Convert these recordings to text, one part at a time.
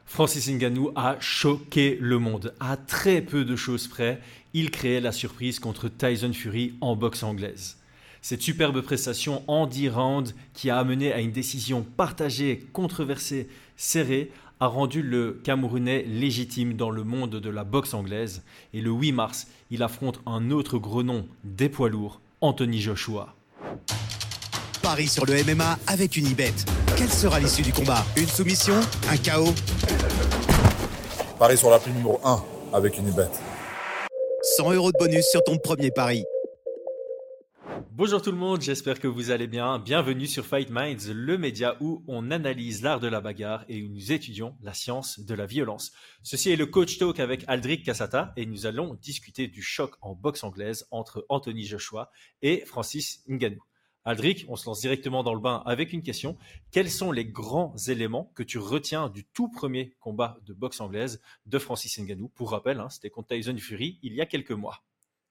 Francis Ngannou a choqué le monde. À très peu de choses près, il créait la surprise contre Tyson Fury en boxe anglaise. Cette superbe prestation en 10 rounds qui a amené à une décision partagée, controversée, serrée, a rendu le Camerounais légitime dans le monde de la boxe anglaise. Et le 8 mars, il affronte un autre gros nom des poids lourds, Anthony Joshua. Paris sur le MMA avec Unibet. Quelle sera l'issue du combat? Une soumission? Un KO? Paris sur l'appli numéro 1 avec Unibet. 100 € de bonus sur ton premier pari. Bonjour tout le monde, j'espère que vous allez bien. Bienvenue sur Fight Minds, le média où on analyse l'art de la bagarre et où nous étudions la science de la violence. Ceci est le Coach Talk avec Aldric Cassata et nous allons discuter du choc en boxe anglaise entre Anthony Joshua et Francis Ngannou. Aldric, on se lance directement dans le bain avec une question. Quels sont les grands éléments que tu retiens du tout premier combat de boxe anglaise de Francis Ngannou? Pour rappel, c'était contre Tyson Fury il y a quelques mois.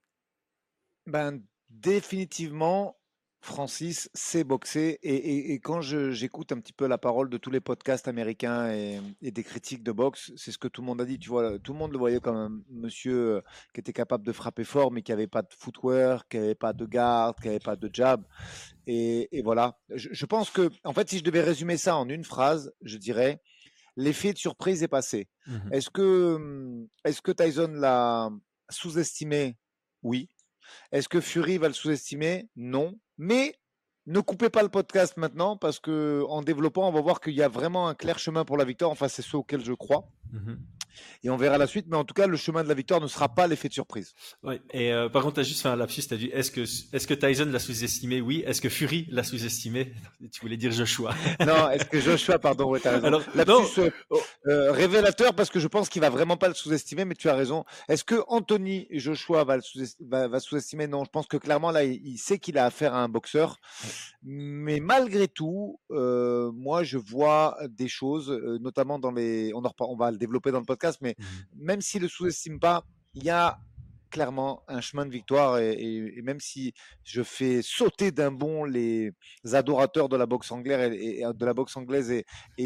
Définitivement, Francis sait boxer et quand j'écoute un petit peu la parole de tous les podcasts américains et des critiques de boxe, c'est ce que tout le monde a dit. Tu vois, tout le monde le voyait comme un monsieur qui était capable de frapper fort, mais qui n'avait pas de footwork, qui n'avait pas de garde, qui n'avait pas de jab. Et voilà. Je pense que, en fait, si je devais résumer ça en une phrase, je dirais l'effet de surprise est passé. Est-ce que Tyson l'a sous-estimé? Oui. Est-ce que Fury va le sous-estimer? Non. Mais ne coupez pas le podcast maintenant parce que en développant, on va voir qu'il y a vraiment un clair chemin pour la victoire. Enfin, c'est ce auquel je crois. Et on verra la suite. Mais en tout cas, le chemin de la victoire ne sera pas l'effet de surprise. Ouais. Et par contre, tu as juste fait un lapsus. Tu as dit est-ce que Tyson l'a sous-estimé? Oui. Est-ce que Fury l'a sous-estimé? Tu voulais dire Joshua. Non, est-ce que Joshua, pardon, ouais, tu as raison. Alors, lapsus révélateur parce que je pense qu'il va vraiment pas le sous-estimer, mais tu as raison. Est-ce que Anthony Joshua va sous-estimer? Non, je pense que clairement là, il sait qu'il a affaire à un boxeur. Ouais. Mais malgré tout, moi, je vois des choses, notamment dans les. On va le développer dans le podcast, mais même s'il le sous-estime pas, il y a clairement un chemin de victoire et même si je fais sauter d'un bond les adorateurs de la boxe anglaise et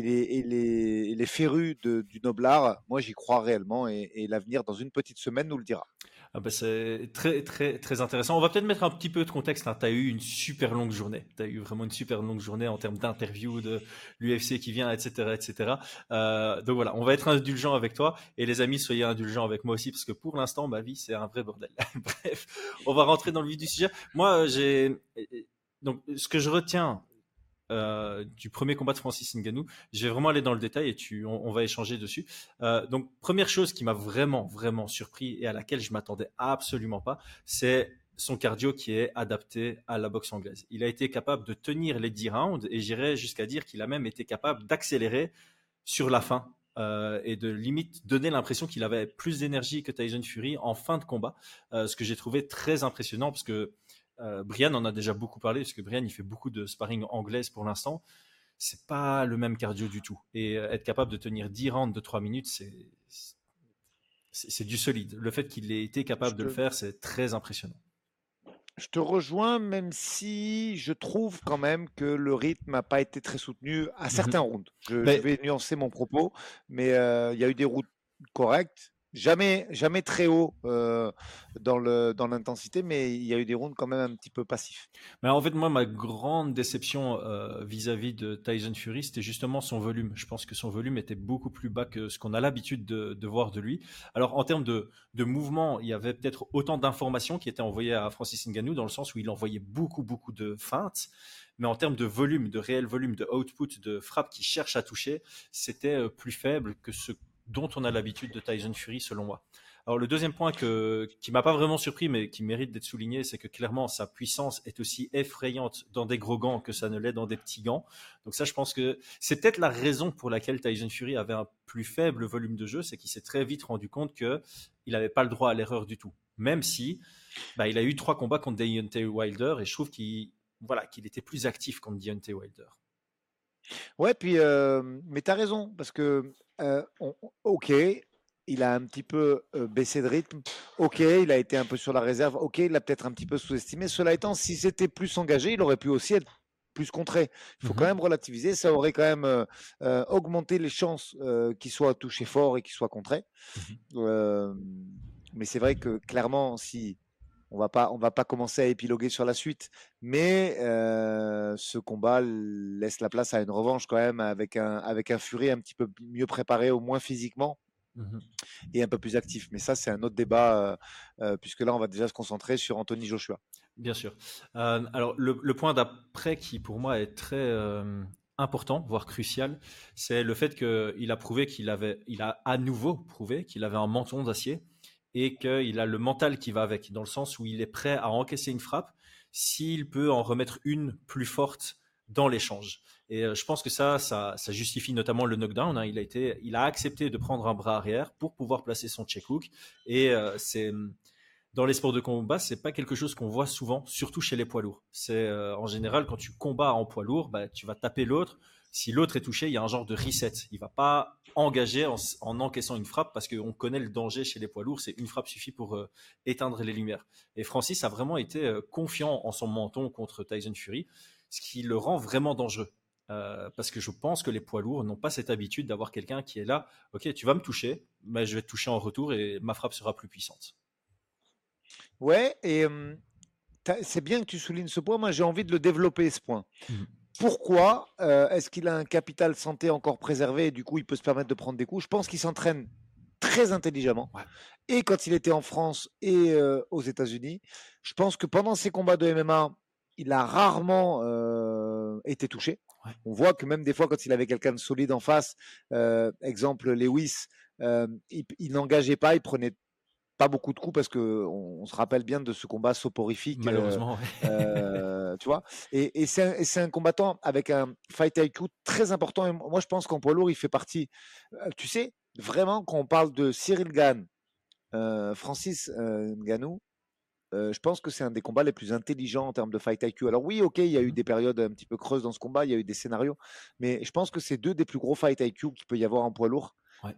les férus du noble art, moi j'y crois réellement et l'avenir dans une petite semaine nous le dira. C'est très, très, très intéressant. On va peut-être mettre un petit peu de contexte. Tu as eu une super longue journée. Tu as eu vraiment une super longue journée en termes d'interviews de l'UFC qui vient, etc. etc. Donc voilà, on va être indulgent avec toi. Et les amis, soyez indulgents avec moi aussi parce que pour l'instant, ma vie, c'est un vrai bordel. Bref, on va rentrer dans le vif du sujet. Moi, donc, ce que je retiens du premier combat de Francis Ngannou. Je vais vraiment aller dans le détail et on va échanger dessus. Donc, première chose qui m'a vraiment, vraiment surpris et à laquelle je m'attendais absolument pas, c'est son cardio qui est adapté à la boxe anglaise. Il a été capable de tenir les 10 rounds et j'irais jusqu'à dire qu'il a même été capable d'accélérer sur la fin. Et de limite donner l'impression qu'il avait plus d'énergie que Tyson Fury en fin de combat, ce que j'ai trouvé très impressionnant parce que Brian en a déjà beaucoup parlé parce que Brian il fait beaucoup de sparring anglaise pour l'instant. C'est pas le même cardio du tout. Et être capable de tenir 10 rounds de 3 minutes, c'est du solide. Le fait qu'il ait été capable de le faire, c'est très impressionnant. Je te rejoins, même si je trouve quand même que le rythme n'a pas été très soutenu à certains rounds. Je vais nuancer mon propos, mais il y a eu des rounds corrects. Jamais très haut dans l'intensité, mais il y a eu des rounds quand même un petit peu passifs. Mais en fait, moi, ma grande déception vis-à-vis de Tyson Fury, c'était justement son volume. Je pense que son volume était beaucoup plus bas que ce qu'on a l'habitude de voir de lui. Alors, en termes de mouvement, il y avait peut-être autant d'informations qui étaient envoyées à Francis Ngannou dans le sens où il envoyait beaucoup, beaucoup de feintes. Mais en termes de volume, de réel volume, de output, de frappe qui cherche à toucher, c'était plus faible que ce dont on a l'habitude de Tyson Fury, selon moi. Alors, le deuxième point qui m'a pas vraiment surpris, mais qui mérite d'être souligné, c'est que clairement, sa puissance est aussi effrayante dans des gros gants que ça ne l'est dans des petits gants. Donc ça, je pense que c'est peut-être la raison pour laquelle Tyson Fury avait un plus faible volume de jeu, c'est qu'il s'est très vite rendu compte qu'il n'avait pas le droit à l'erreur du tout. Même si il a eu 3 combats contre Deontay Wilder et je trouve qu'il était plus actif contre Deontay Wilder. Ouais, puis, mais tu as raison, parce que, ok, il a un petit peu baissé de rythme, ok, il a été un peu sur la réserve, ok, il a peut-être un petit peu sous-estimé. Cela étant, si c'était plus engagé, il aurait pu aussi être plus contré. Il faut quand Mhm. même relativiser. Ça aurait quand même augmenté les chances qu'il soit touché fort et qu'il soit contré. Mhm. Euh, mais c'est vrai que clairement, si on va pas commencer à épiloguer sur la suite, mais ce combat laisse la place à une revanche quand même avec un Fury un petit peu mieux préparé, au moins physiquement, Mhm. et un peu plus actif. Mais ça, c'est un autre débat, puisque là, on va déjà se concentrer sur Anthony Joshua. Bien sûr. Alors, le point d'après qui, pour moi, est très important, voire crucial, c'est le fait qu'il a prouvé il a à nouveau prouvé qu'il avait un menton d'acier et qu'il a le mental qui va avec, dans le sens où il est prêt à encaisser une frappe s'il peut en remettre une plus forte dans l'échange. Et je pense que ça justifie notamment le knockdown, hein. Il a accepté de prendre un bras arrière pour pouvoir placer son check hook. Et c'est dans les sports de combat, c'est pas quelque chose qu'on voit souvent, surtout chez les poids lourds. C'est en général quand tu combats en poids lourd, bah, tu vas taper l'autre. Si l'autre est touché, il y a un genre de reset. Il va pas engager en encaissant une frappe parce qu'on connaît le danger chez les poids lourds. C'est une frappe suffit pour éteindre les lumières. Et Francis a vraiment été confiant en son menton contre Tyson Fury, ce qui le rend vraiment dangereux. Parce que je pense que les poids lourds n'ont pas cette habitude d'avoir quelqu'un qui est là. Ok, tu vas me toucher, mais je vais te toucher en retour et ma frappe sera plus puissante. Ouais, et c'est bien que tu soulignes ce point. Moi, j'ai envie de le développer, ce point. Mhm. Pourquoi est-ce qu'il a un capital santé encore préservé et du coup, il peut se permettre de prendre des coups? Je pense qu'il s'entraîne très intelligemment. Ouais. Et quand il était en France et aux États-Unis, je pense que pendant ses combats de MMA, il a rarement été touché. Ouais. On voit que même des fois, quand il avait quelqu'un de solide en face, exemple Lewis, il n'engageait pas, il prenait pas beaucoup de coups parce que on se rappelle bien de ce combat soporifique, Malheureusement, ouais. tu vois. Et c'est un combattant avec un fight IQ très important. Et moi, je pense qu'en poids lourd, il fait partie. Tu sais, vraiment, quand on parle de Cyril Gane, Francis Ngannou, je pense que c'est un des combats les plus intelligents en termes de fight IQ. Alors oui, ok, il y a eu Mhm. des périodes un petit peu creuses dans ce combat, il y a eu des scénarios, mais je pense que c'est deux des plus gros fight IQ qu'il peut y avoir en poids lourd. Ouais.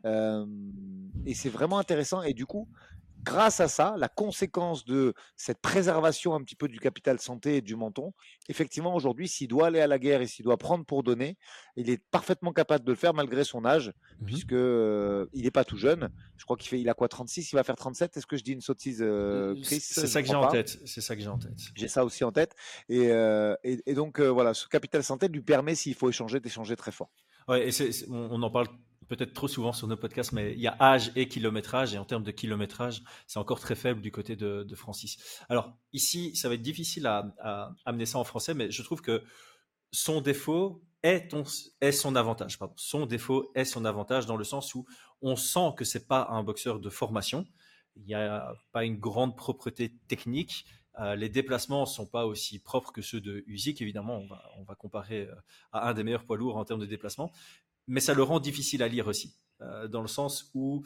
Et c'est vraiment intéressant. Et du coup, grâce à ça, la conséquence de cette préservation un petit peu du capital santé et du menton, effectivement, aujourd'hui, s'il doit aller à la guerre et s'il doit prendre pour donner, il est parfaitement capable de le faire malgré son âge, Mhm. puisque il n'est pas tout jeune. Je crois il a quoi, 36, il va faire 37. Est-ce que je dis une sottise, Chris? C'est Je ça que j'ai crois en pas. tête. C'est ça que j'ai en tête. J'ai ça aussi en tête. Et donc, voilà, ce capital santé lui permet, s'il faut échanger, d'échanger très fort. Ouais, et on en parle peut-être trop souvent sur nos podcasts, mais il y a âge et kilométrage, et en termes de kilométrage, c'est encore très faible du côté de Francis. Alors ici, ça va être difficile à amener ça en français, mais je trouve que son défaut est son avantage. Pardon. Son défaut est son avantage dans le sens où on sent que c'est pas un boxeur de formation. Il n'y a pas une grande propreté technique. Les déplacements ne sont pas aussi propres que ceux de Usyk, évidemment. On va comparer à un des meilleurs poids lourds en termes de déplacement. Mais ça le rend difficile à lire aussi. Dans le sens où,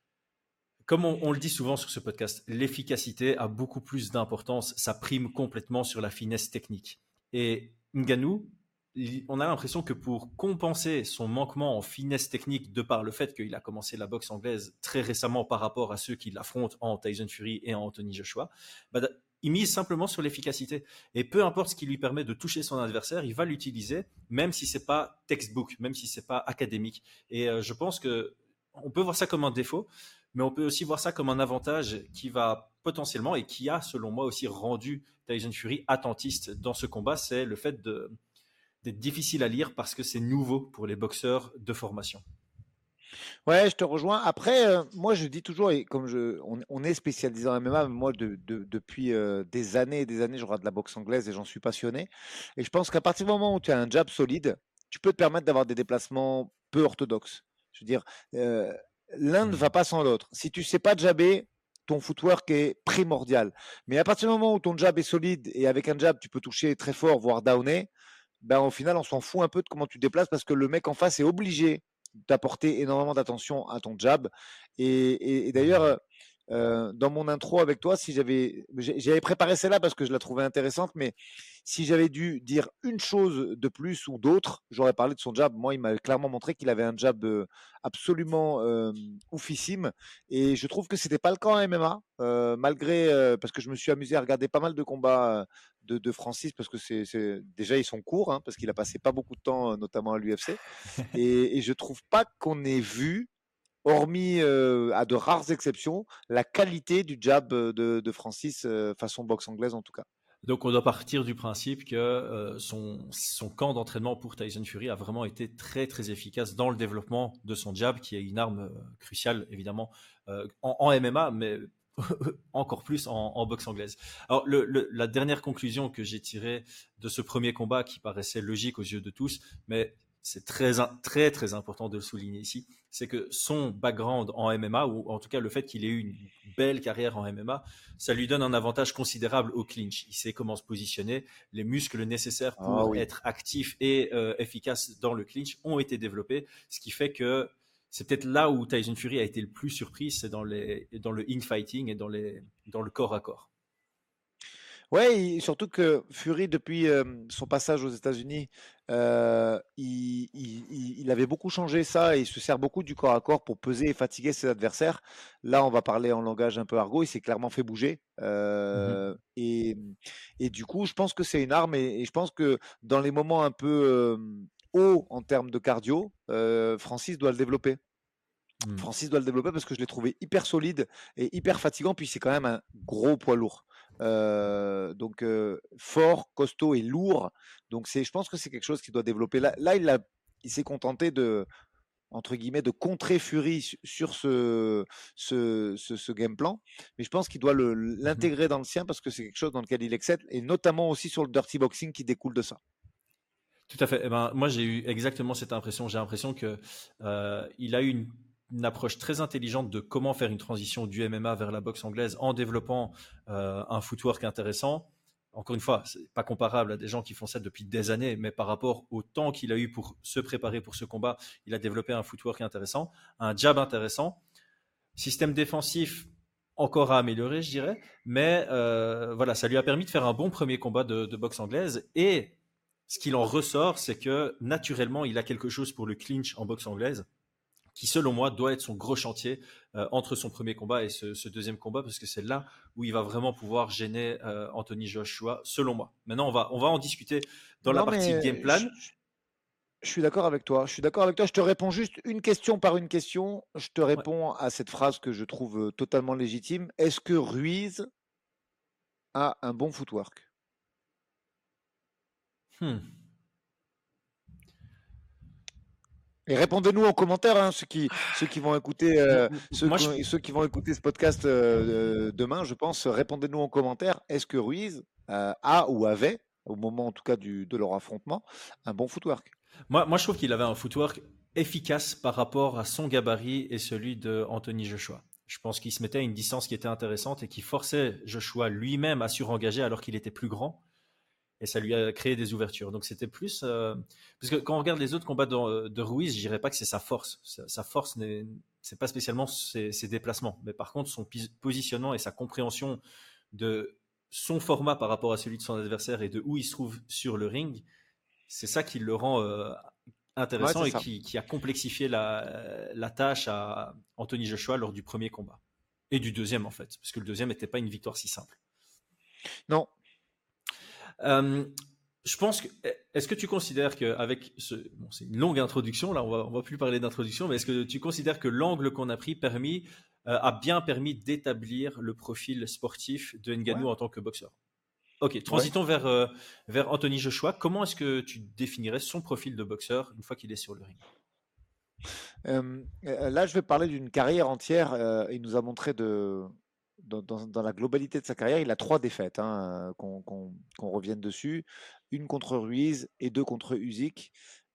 comme on le dit souvent sur ce podcast, l'efficacité a beaucoup plus d'importance. Ça prime complètement sur la finesse technique. Et Ngannou, on a l'impression que pour compenser son manquement en finesse technique de par le fait qu'il a commencé la boxe anglaise très récemment par rapport à ceux qui l'affrontent en Tyson Fury et en Anthony Joshua, bah, il mise simplement sur l'efficacité. Et peu importe ce qui lui permet de toucher son adversaire, il va l'utiliser, même si c'est pas textbook, même si c'est pas académique. Et je pense que on peut voir ça comme un défaut, mais on peut aussi voir ça comme un avantage qui va potentiellement et qui a, selon moi, aussi rendu Tyson Fury attentiste dans ce combat, c'est le fait d'être difficile à lire parce que c'est nouveau pour les boxeurs de formation. Ouais, je te rejoins. Après, moi, je dis toujours, et comme on est spécialisé en MMA, mais moi, depuis des années et des années, je regarde la boxe anglaise et j'en suis passionné. Et je pense qu'à partir du moment où tu as un jab solide, tu peux te permettre d'avoir des déplacements peu orthodoxes. Je veux dire, euh, l'un ne va pas sans l'autre. Si tu sais pas jabber, ton footwork est primordial. Mais à partir du moment où ton jab est solide et avec un jab, tu peux toucher très fort, voire downer, ben, au final, on s'en fout un peu de comment tu te déplaces parce que le mec en face est obligé d'apporter énormément d'attention à ton jab. Et d'ailleurs, dans mon intro avec toi, si j'avais préparé celle-là parce que je la trouvais intéressante, mais si j'avais dû dire une chose de plus ou d'autre, j'aurais parlé de son jab. Moi, il m'a clairement montré qu'il avait un jab absolument oufissime, et je trouve que c'était pas le cas en MMA, malgré parce que je me suis amusé à regarder pas mal de combats de Francis, parce que déjà ils sont courts, hein, parce qu'il a passé pas beaucoup de temps, notamment à l'UFC, et je trouve pas qu'on ait vu, hormis à de rares exceptions, la qualité du jab de Francis, façon boxe anglaise en tout cas. Donc, on doit partir du principe que son camp d'entraînement pour Tyson Fury a vraiment été très, très efficace dans le développement de son jab, qui est une arme cruciale, évidemment, en MMA, mais encore plus en boxe anglaise. Alors, la dernière conclusion que j'ai tirée de ce premier combat, qui paraissait logique aux yeux de tous, mais c'est très, très, très important de le souligner ici, c'est que son background en MMA, ou en tout cas le fait qu'il ait eu une belle carrière en MMA, ça lui donne un avantage considérable au clinch. Il sait comment se positionner, les muscles nécessaires Ah pour oui. être actif et efficace dans le clinch ont été développés, ce qui fait que c'est peut-être là où Tyson Fury a été le plus surpris, c'est dans le infighting et dans le corps à corps. Ouais, surtout que Fury, depuis son passage aux États-Unis, il avait beaucoup changé ça, et il se sert beaucoup du corps à corps pour peser et fatiguer ses adversaires. Là, on va parler en langage un peu argot, il s'est clairement fait bouger. Mhm. Et du coup, je pense que c'est une arme, et je pense que dans les moments un peu hauts en termes de cardio, Francis doit le développer. Mm. Francis doit le développer parce que je l'ai trouvé hyper solide et hyper fatigant, puis c'est quand même un gros poids lourd. Donc fort, costaud et lourd. Donc je pense que c'est quelque chose qu'il doit développer. Là il s'est contenté de, entre guillemets, de contrer Fury sur ce game plan. Mais je pense qu'il doit Mhm. l'intégrer dans le sien, parce que c'est quelque chose dans lequel il excelle, et notamment aussi sur le dirty boxing qui découle de ça. Tout à fait. Eh ben, moi, j'ai eu exactement cette impression. J'ai l'impression que il a eu une approche très intelligente de comment faire une transition du MMA vers la boxe anglaise en développant un footwork intéressant. Encore une fois, c'est pas comparable à des gens qui font ça depuis des années, mais par rapport au temps qu'il a eu pour se préparer pour ce combat, il a développé un footwork intéressant, un jab intéressant, système défensif encore à améliorer, je dirais, mais voilà, ça lui a permis de faire un bon premier combat de boxe anglaise, et ce qu'il en ressort, c'est que naturellement, il a quelque chose pour le clinch en boxe anglaise, qui selon moi doit être son gros chantier entre son premier combat et ce deuxième combat, parce que c'est là où il va vraiment pouvoir gêner Anthony Joshua, selon moi. Maintenant, on va en discuter dans la Non, partie mais game plan. je suis d'accord avec toi. Je suis d'accord avec toi. Je te réponds juste une question par une question. Je te Ouais. réponds à cette phrase que je trouve totalement légitime. Est-ce que Ruiz a un bon footwork? Hmm. Et répondez-nous en commentaire, hein, ceux qui vont écouter, Moi, ceux qui vont écouter ce podcast demain, je pense. Répondez-nous en commentaire. Est-ce que Ruiz a ou avait, au moment en tout cas de leur affrontement, un bon footwork? moi, je trouve qu'il avait un footwork efficace par rapport à son gabarit et celui de Anthony Joshua. Je pense qu'il se mettait à une distance qui était intéressante et qui forçait Joshua lui-même à surengager alors qu'il était plus grand. Et ça lui a créé des ouvertures. Donc c'était plus parce que quand on regarde les autres combats de Ruiz, je dirais pas que c'est sa force. Sa force c'est pas spécialement ses déplacements, mais par contre son positionnement et sa compréhension de son format par rapport à celui de son adversaire et de où il se trouve sur le ring, c'est ça qui le rend Ouais, intéressant c'est et ça. qui a complexifié la tâche à Anthony Joshua lors du premier combat et du deuxième en fait, parce que le deuxième n'était pas une victoire si simple. Non. Euh, je pense que. Est-ce que tu considères qu'avec ce. Bon, c'est une longue introduction, là, on va plus parler d'introduction, mais est-ce que tu considères que l'angle qu'on a pris a bien permis d'établir le profil sportif de Ouais. Ngannou en tant que boxeur? Ok, Ouais. transitons vers Anthony Joshua. Comment est-ce que tu définirais son profil de boxeur une fois qu'il est sur le ring? Là, je vais parler d'une carrière entière. Il nous a montré dans la globalité de sa carrière, il a 3 défaites, hein, qu'on revienne dessus. Une contre Ruiz et 2 contre Usyk.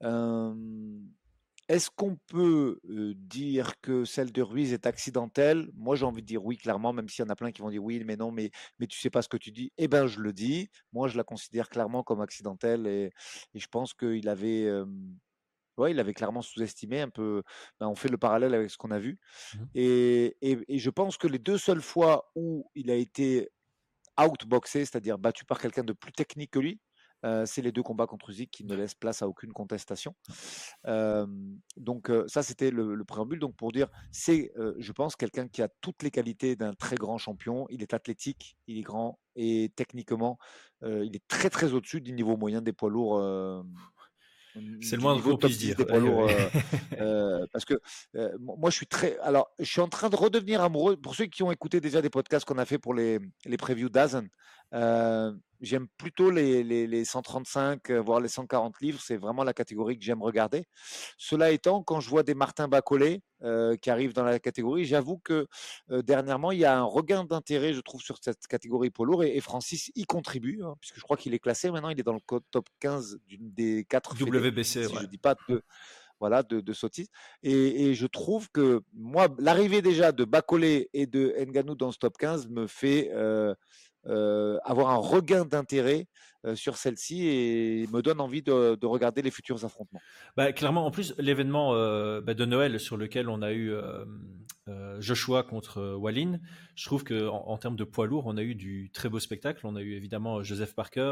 Est-ce qu'on peut dire que celle de Ruiz est accidentelle? Moi, j'ai envie de dire oui, clairement, même s'il y en a plein qui vont dire oui, mais non, mais tu sais pas ce que tu dis. Eh ben, je le dis. Moi, je la considère clairement comme accidentelle, et je pense qu'il avait. ouais, il avait clairement sous-estimé un peu. Ben, on fait le parallèle avec ce qu'on a vu. Mhm. Et je pense que les deux seules fois où il a été outboxé, c'est-à-dire battu par quelqu'un de plus technique que lui, c'est les deux combats contre Usyk qui ne laissent place à aucune contestation. Donc ça, c'était le préambule. Donc pour dire, c'est, je pense, quelqu'un qui a toutes les qualités d'un très grand champion. Il est athlétique, il est grand et techniquement, il est très très au-dessus du niveau moyen des poids lourds. C'est le Du moins niveau qu'on top puisse 10 dire. des poids Ouais, lourds. ouais. Parce que moi, je suis très. Alors, je suis en train de redevenir amoureux. Pour ceux qui ont écouté déjà des podcasts qu'on a fait pour les previews d'Azen, j'aime plutôt les 135, voire les 140 livres. C'est vraiment la catégorie que j'aime regarder. Cela étant, quand je vois des Martin Bacolé qui arrivent dans la catégorie, j'avoue que dernièrement, il y a un regain d'intérêt, je trouve, sur cette catégorie poids lourd. Et Francis y contribue, hein, puisque je crois qu'il est classé maintenant. Il est dans le top 15 des 4 fédés, WBC, si ouais. je ne dis pas voilà, de sottises. Et je trouve que moi, l'arrivée déjà de Bacolé et de Ngannou dans ce top 15 me fait avoir un regain d'intérêt sur celle-ci et me donne envie de regarder les futurs affrontements. Bah, clairement, en plus, l'événement de Noël sur lequel on a eu Joshua contre Wallin, je trouve qu'en termes de poids lourd, on a eu du très beau spectacle. On a eu évidemment Joseph Parker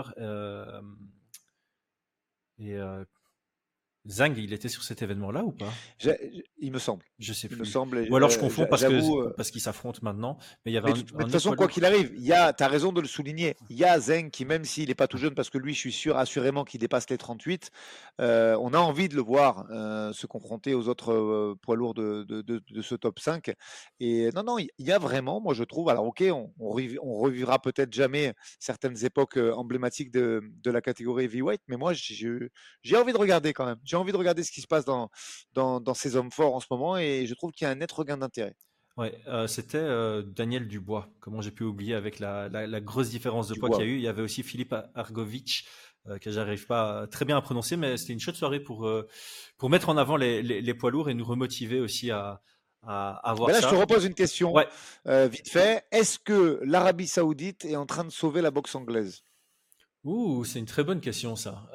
et Zhang, il était sur cet événement-là ou pas? Il me semble. Je sais Il me plus. semble. Ou alors je confonds J'avoue. parce qu'ils s'affrontent maintenant. Mais il y avait Mais de un toute autre façon, poids quoi lourd. qu'il arrive, tu as raison de le souligner. Il y a Zeng qui, même s'il n'est pas tout jeune, parce que lui, je suis sûr assurément qu'il dépasse les 38, on a envie de le voir se confronter aux autres poids lourds de ce top 5. Et non, non, il y a vraiment, moi je trouve, alors ok, on revivra peut-être jamais certaines époques emblématiques de la catégorie heavyweight, mais moi j'ai envie de regarder quand même. J'ai envie de regarder ce qui se passe dans ces hommes forts en ce moment et je trouve qu'il y a un net regain d'intérêt. Ouais, c'était Daniel Dubois. Comment j'ai pu oublier avec la grosse différence de Du poids qu'il bois, y a oui. eu. Il y avait aussi Philippe Argovic, que j'arrive pas très bien à prononcer, mais c'était une chouette soirée pour mettre en avant les poids lourds et nous remotiver aussi à Ben voir là, je te ça. repose une question Ouais. vite fait. Est-ce que l'Arabie Saoudite est en train de sauver la boxe anglaise? Ouh, c'est une très bonne question, ça.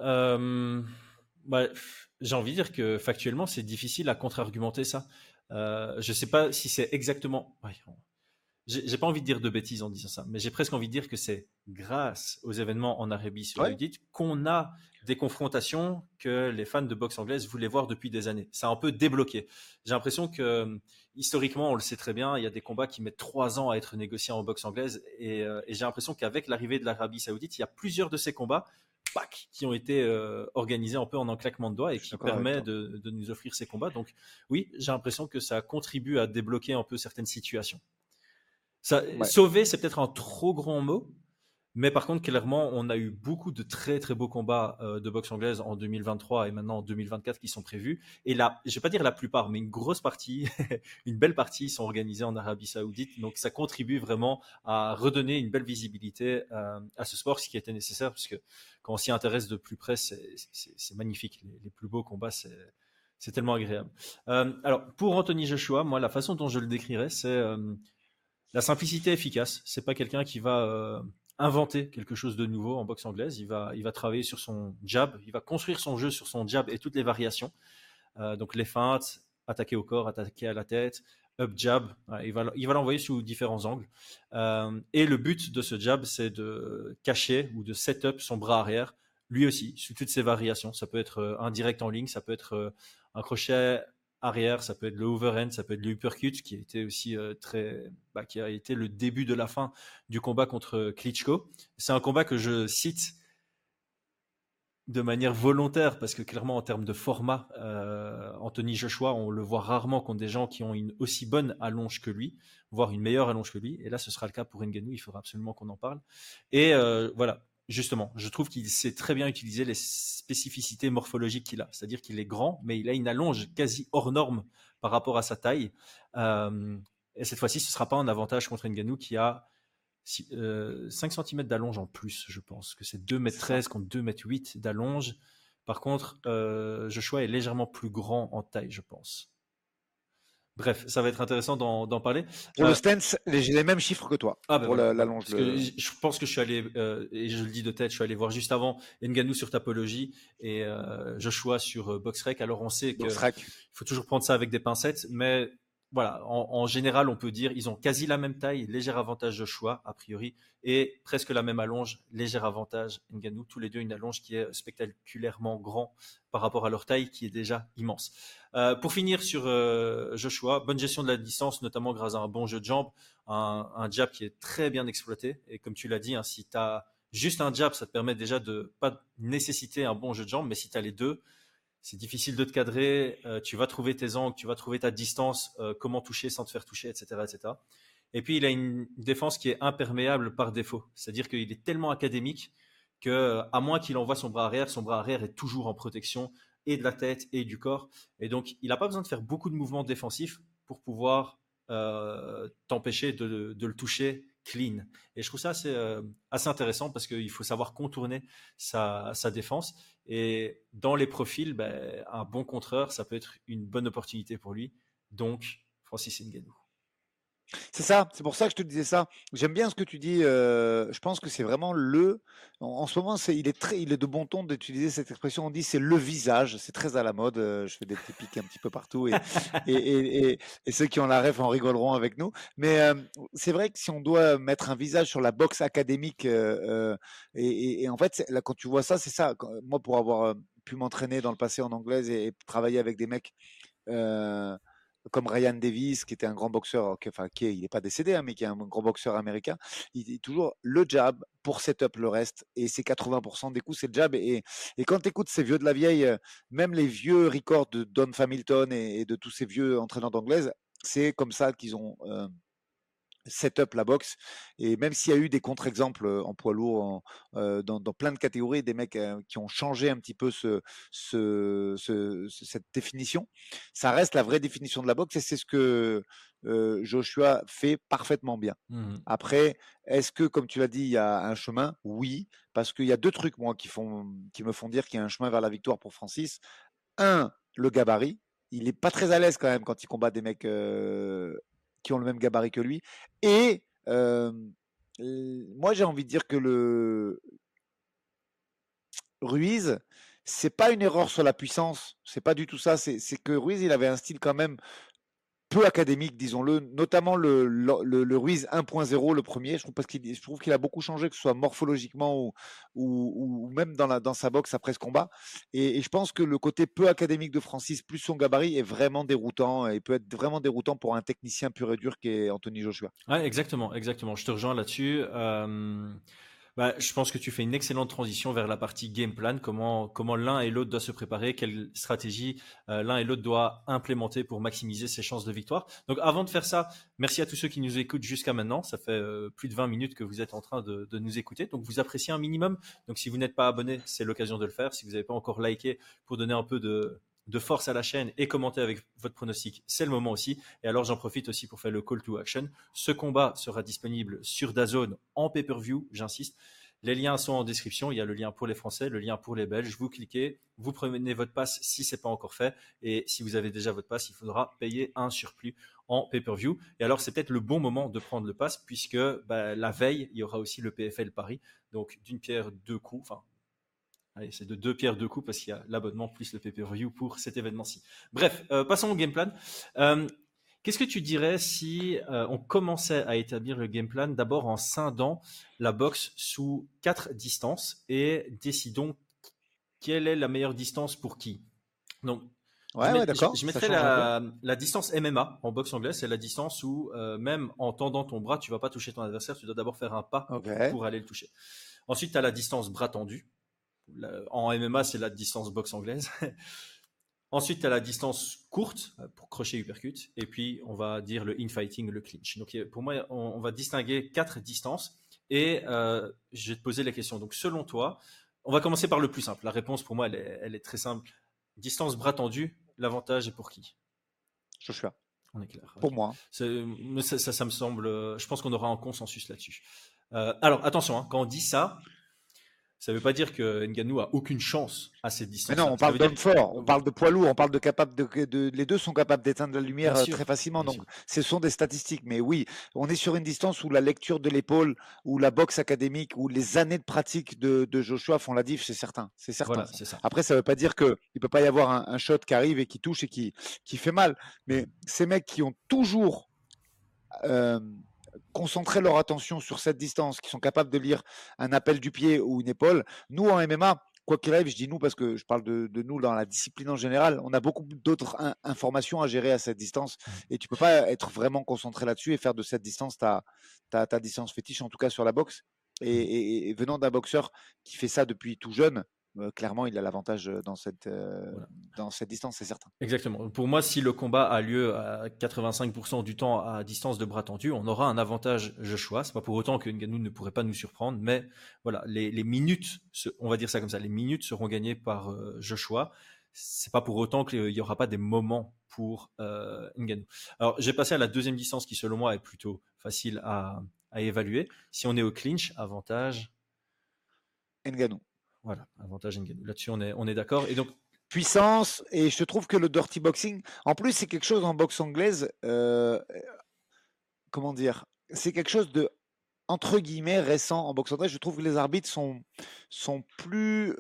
Bah, j'ai envie de dire que factuellement, c'est difficile à contre-argumenter ça. Je sais pas si c'est exactement. Ouais, j'ai pas envie de dire de bêtises en disant ça, mais j'ai presque envie de dire que c'est grâce aux événements en Arabie Ouais. Saoudite qu'on a des confrontations que les fans de boxe anglaise voulaient voir depuis des années. Ça a un peu débloqué. J'ai l'impression que historiquement, on le sait très bien, il y a des combats qui mettent 3 ans à être négociés en boxe anglaise, et j'ai l'impression qu'avec l'arrivée de l'Arabie Saoudite, il y a plusieurs de ces combats qui ont été organisés un peu en un claquement de doigts et Je suis qui d'accord avec permet toi. de nous offrir ces combats. Donc oui, j'ai l'impression que ça contribue à débloquer un peu certaines situations. Ça, Ouais. sauver, c'est peut-être un trop grand mot, mais par contre, clairement, on a eu beaucoup de très très beaux combats de boxe anglaise en 2023 et maintenant en 2024 qui sont prévus. Et là, je vais pas dire la plupart, mais une grosse partie, une belle partie sont organisés en Arabie Saoudite. Donc ça contribue vraiment à redonner une belle visibilité à ce sport, ce qui était nécessaire, parce que quand on s'y intéresse de plus près, c'est magnifique. Les plus beaux combats, c'est tellement agréable. Alors, pour Anthony Joshua, moi, la façon dont je le décrirais, c'est la simplicité efficace. C'est pas quelqu'un qui va inventer quelque chose de nouveau en boxe anglaise. Il va travailler sur son jab. Il va construire son jeu sur son jab et toutes les variations. Donc les feintes, attaquer au corps, attaquer à la tête, up jab. Ouais, il va l'envoyer sous différents angles. Et le but de ce jab, c'est de cacher ou de set up son bras arrière, lui aussi, sous toutes ses variations. Ça peut être un direct en ligne, ça peut être un crochet arrière, ça peut être le overhand, ça peut être le uppercut, qui a été aussi qui a été le début de la fin du combat contre Klitschko. C'est un combat que je cite de manière volontaire, parce que clairement en termes de format, Anthony Joshua, on le voit rarement contre des gens qui ont une aussi bonne allonge que lui, voire une meilleure allonge que lui, et là ce sera le cas pour Ngannou, il faudra absolument qu'on en parle. Et voilà, justement, je trouve qu'il sait très bien utiliser les spécificités morphologiques qu'il a, c'est-à-dire qu'il est grand, mais il a une allonge quasi hors norme par rapport à sa taille, et cette fois-ci ce ne sera pas un avantage contre Ngannou qui a 5 cm d'allonge en plus, je pense que c'est 2,13 m contre 2,8 m d'allonge. Par contre, Joshua est légèrement plus grand en taille, je pense. Bref, ça va être intéressant d'en parler. Pour le stance, j'ai les mêmes chiffres que toi. Ah ben pour voilà, la longe. parce que je pense que je suis allé, et je le dis de tête, je suis allé voir juste avant Ngannou sur Tapology et Joshua sur BoxRec. Alors on sait qu'il faut toujours prendre ça avec des pincettes, mais voilà, en général, on peut dire ils ont quasi la même taille, léger avantage Joshua a priori, et presque la même allonge, léger avantage Ngannou. Tous les deux une allonge qui est spectaculairement grand par rapport à leur taille qui est déjà immense. Pour finir sur Joshua, bonne gestion de la distance, notamment grâce à un bon jeu de jambes, un jab qui est très bien exploité. Et comme tu l'as dit, hein, si tu as juste un jab, ça te permet déjà de pas nécessiter un bon jeu de jambes, mais si tu as les deux, c'est difficile de te cadrer, tu vas trouver tes angles, tu vas trouver ta distance, comment toucher sans te faire toucher, etc., etc. Et puis, il a une défense qui est imperméable par défaut. C'est-à-dire qu'il est tellement académique que, à moins qu'il envoie son bras arrière est toujours en protection et de la tête et du corps. Et donc, il n'a pas besoin de faire beaucoup de mouvements défensifs pour pouvoir t'empêcher de le toucher clean. Et je trouve ça assez intéressant parce qu'il faut savoir contourner sa défense. Et dans les profils, ben, un bon contreur, ça peut être une bonne opportunité pour lui. Donc, Francis Ngannou. C'est ça, c'est pour ça que je te disais ça. J'aime bien ce que tu dis. Je pense que c'est vraiment En ce moment, il est de bon ton d'utiliser cette expression. On dit c'est le visage. C'est très à la mode. Je fais des petits pics un petit peu partout et ceux qui ont la ref en rigoleront avec nous. Mais c'est vrai que si on doit mettre un visage sur la boxe académique, et en fait, là, quand tu vois ça, c'est ça. Moi, pour avoir pu m'entraîner dans le passé en anglaise et travailler avec des mecs. Comme Ryan Davis, qui était un grand boxeur, il n'est pas décédé, hein, mais qui est un grand boxeur américain, il dit toujours le jab pour set-up le reste, et c'est 80% des coups, c'est le jab. Et quand tu écoutes ces vieux de la vieille, même les vieux records de Don Hamilton et de tous ces vieux entraîneurs d'anglaise, c'est comme ça qu'ils ont set-up la boxe. Et même s'il y a eu des contre-exemples en poids lourd, dans plein de catégories, des mecs qui ont changé un petit peu cette définition, ça reste la vraie définition de la boxe et c'est ce que Joshua fait parfaitement bien. Après, est-ce que, comme tu l'as dit, il y a un chemin? Oui, parce qu'il y a deux trucs, moi, qui me font dire qu'il y a un chemin vers la victoire pour Francis. Un, le gabarit. Il n'est pas très à l'aise quand même quand il combat des mecs qui ont le même gabarit que lui. Et moi, j'ai envie de dire que le Ruiz, c'est pas une erreur sur la puissance, c'est pas du tout ça. C'est que Ruiz, il avait un style quand même peu académique, disons-le, notamment le Ruiz 1.0, le premier. Je trouve qu'il a beaucoup changé, que ce soit morphologiquement ou même dans sa boxe après ce combat. Et je pense que le côté peu académique de Francis, plus son gabarit, est vraiment déroutant et peut être vraiment déroutant pour un technicien pur et dur qui est Anthony Joshua. Ouais, exactement. Je te rejoins là-dessus. Je pense que tu fais une excellente transition vers la partie game plan, comment l'un et l'autre doivent se préparer, quelle stratégie l'un et l'autre doivent implémenter pour maximiser ses chances de victoire. Donc avant de faire ça, merci à tous ceux qui nous écoutent jusqu'à maintenant. Ça fait plus de 20 minutes que vous êtes en train de nous écouter. Donc vous appréciez un minimum. Donc si vous n'êtes pas abonné, c'est l'occasion de le faire. Si vous n'avez pas encore liké pour donner un peu de force à la chaîne et commenter avec votre pronostic, c'est le moment aussi. Et alors j'en profite aussi pour faire le call to action. Ce combat sera disponible sur DAZN en pay-per-view, j'insiste. Les liens sont en description. Il y a le lien pour les Français, le lien pour les Belges. Vous cliquez, vous prenez votre passe si ce n'est pas encore fait. Et si vous avez déjà votre passe, il faudra payer un surplus en pay-per-view. Et alors, c'est peut-être le bon moment de prendre le pass puisque la veille, il y aura aussi le PFL Paris. Donc, d'une pierre, deux coups. Enfin, allez, c'est de deux pierres, deux coups parce qu'il y a l'abonnement plus le pay-per-view pour cet événement-ci. Bref, passons au game plan. Qu'est-ce que tu dirais si on commençait à établir le game plan d'abord en scindant la boxe sous 4 distances et décidons quelle est la meilleure distance pour qui? Donc, d'accord. Je mettrais la distance MMA en boxe anglaise, c'est la distance où même en tendant ton bras, tu ne vas pas toucher ton adversaire, tu dois d'abord faire un pas pour aller le toucher. Ensuite, tu as la distance bras tendu. En MMA, c'est la distance boxe anglaise. Ensuite, tu as la distance courte pour crochet uppercut. Et puis, on va dire le infighting, le clinch. Donc, pour moi, on va distinguer 4 distances. Et je vais te poser les questions. Donc, selon toi, on va commencer par le plus simple. La réponse, pour moi, elle est très simple. Distance bras tendu, l'avantage est pour qui? Joshua. On est clair. Pour moi. Ça me semble... Je pense qu'on aura un consensus là-dessus. Alors, attention, hein, quand on dit ça... Ça ne veut pas dire que Ngannou a aucune chance à cette Mais distance-là. non, on Ça parle veut dire d'hommes forts, on parle de poids lourd, on parle de capable les deux sont capables d'éteindre la bien lumière très sûr, facilement. bien Donc, sûr. ce sont des statistiques. Mais oui, on est sur une distance où la lecture de l'épaule, où la boxe académique, où les années de pratique de Joshua font la diff, c'est certain. C'est certain, Voilà, ça. c'est ça. Après, ça ne veut pas dire qu'il ne peut pas y avoir un shot qui arrive et qui touche et qui fait mal. Mais ces mecs qui ont toujours euh, concentrer leur attention sur cette distance, qui sont capables de lire un appel du pied ou une épaule. Nous, en MMA, quoi qu'il arrive, je dis nous parce que je parle de nous dans la discipline en général, on a beaucoup d'autres informations à gérer à cette distance et tu peux pas être vraiment concentré là-dessus et faire de cette distance ta distance fétiche, en tout cas sur la boxe. Et venant d'un boxeur qui fait ça depuis tout jeune, clairement, il a l'avantage Voilà. dans cette distance, c'est certain. Exactement. Pour moi, si le combat a lieu à 85% du temps à distance de bras tendus, on aura un avantage Joshua. C'est pas pour autant que Ngannou ne pourrait pas nous surprendre, mais voilà, les minutes, on va dire ça comme ça, les minutes seront gagnées par Joshua. C'est pas pour autant qu'il y aura pas des moments pour Ngannou. Alors, j'ai passé à la deuxième distance qui, selon moi, est plutôt facile à évaluer. Si on est au clinch, avantage. Ngannou. Voilà, avantage Ngannou. Là-dessus, on est d'accord. Et donc, puissance, et je trouve que le dirty boxing, en plus, c'est quelque chose en boxe anglaise, comment dire, c'est quelque chose de entre guillemets récent en boxe anglaise. Je trouve que les arbitres sont plus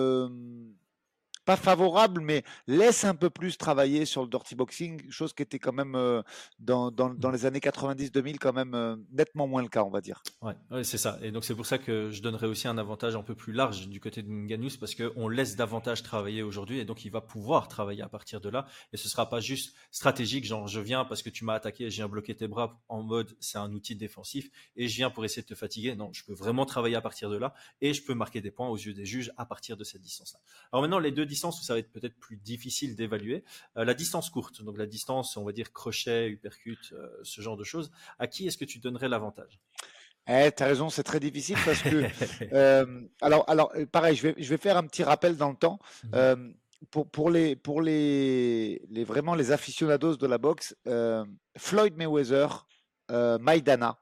pas favorable, mais laisse un peu plus travailler sur le dirty boxing, chose qui était quand même dans les années 90-2000 quand même nettement moins le cas, on va dire. Ouais, c'est ça. Et donc c'est pour ça que je donnerais aussi un avantage un peu plus large du côté de Ngannou, parce qu'on laisse davantage travailler aujourd'hui et donc il va pouvoir travailler à partir de là. Et ce sera pas juste stratégique, genre je viens parce que tu m'as attaqué et je viens bloquer tes bras en mode c'est un outil défensif et je viens pour essayer de te fatiguer. Non, je peux vraiment travailler à partir de là et je peux marquer des points aux yeux des juges à partir de cette distance-là. Alors maintenant, les deux distances où ça va être peut-être plus difficile d'évaluer, la distance courte, donc la distance, on va dire crochet, uppercut, ce genre de choses. À qui est-ce que tu donnerais l'avantage? T'as raison, c'est très difficile parce que alors pareil, je vais faire un petit rappel dans le temps. Pour les vraiment les aficionados de la boxe, Floyd Mayweather, Maidana.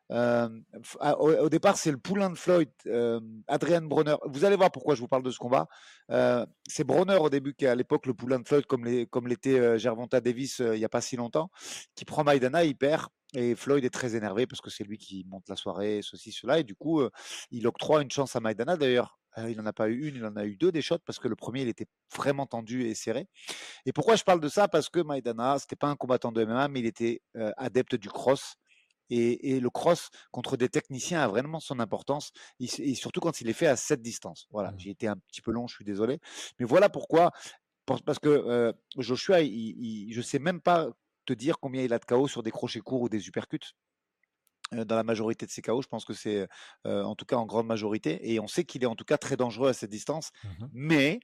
Au départ, c'est le poulain de Floyd, Adrian Broner. Vous allez voir pourquoi je vous parle de ce combat. C'est Broner au début qui est à l'époque le poulain de Floyd, comme l'était Gervonta Davis il n'y a pas si longtemps, qui prend Maidana, il perd. Et Floyd est très énervé parce que c'est lui qui monte la soirée, ceci, cela. Et du coup, il octroie une chance à Maidana. D'ailleurs, il n'en a pas eu une, il en a eu deux des shots parce que le premier, il était vraiment tendu et serré. Et pourquoi je parle de ça? Parce que Maidana, c'était pas un combattant de MMA, mais il était adepte du cross. Et le cross contre des techniciens a vraiment son importance, et surtout quand il est fait à cette distance. Voilà, j'ai été un petit peu long, je suis désolé. Mais voilà pourquoi. Parce que Joshua, je ne sais même pas te dire combien il a de KO sur des crochets courts ou des uppercuts. Dans la majorité de ses KO, je pense que c'est en tout cas en grande majorité. Et on sait qu'il est en tout cas très dangereux à cette distance. Mais